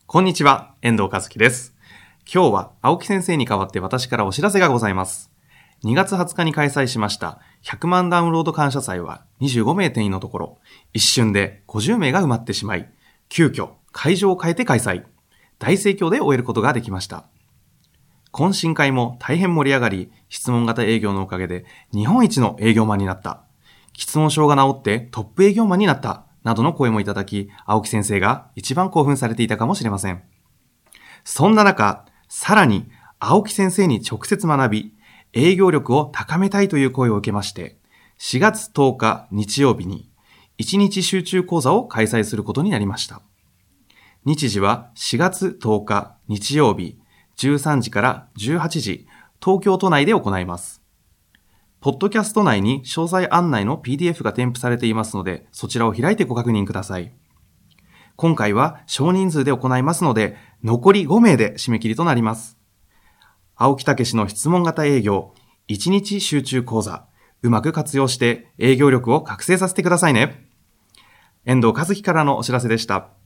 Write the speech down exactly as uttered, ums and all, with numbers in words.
こんにちは、遠藤和樹です。今日は青木先生に代わって私からお知らせがございます。にがつはつかに開催しましたひゃくまんダウンロード感謝祭はにじゅうごめい定員のところ、一瞬でごじゅうめいが埋まってしまい、急遽会場を変えて開催、大盛況で終えることができました。懇親会も大変盛り上がり、質問型営業のおかげで日本一の営業マンになった、喫音症が治ってトップ営業マンになった、などの声もいただき、青木先生が一番興奮されていたかもしれません。そんな中、さらに青木先生に直接学び、営業力を高めたいという声を受けまして、しがつとおか日曜日にいちにち集中講座を開催することになりました。日時はしがつとおか日曜日じゅうさんじからじゅうはちじ、東京都内で行います。ポッドキャスト内に詳細案内の ピーディーエフ が添付されていますので、そちらを開いてご確認ください。今回は少人数で行いますので、残りごめいで締め切りとなります。青木武の質問型営業いちにち集中講座、うまく活用して営業力を覚醒させてくださいね。遠藤和樹からのお知らせでした。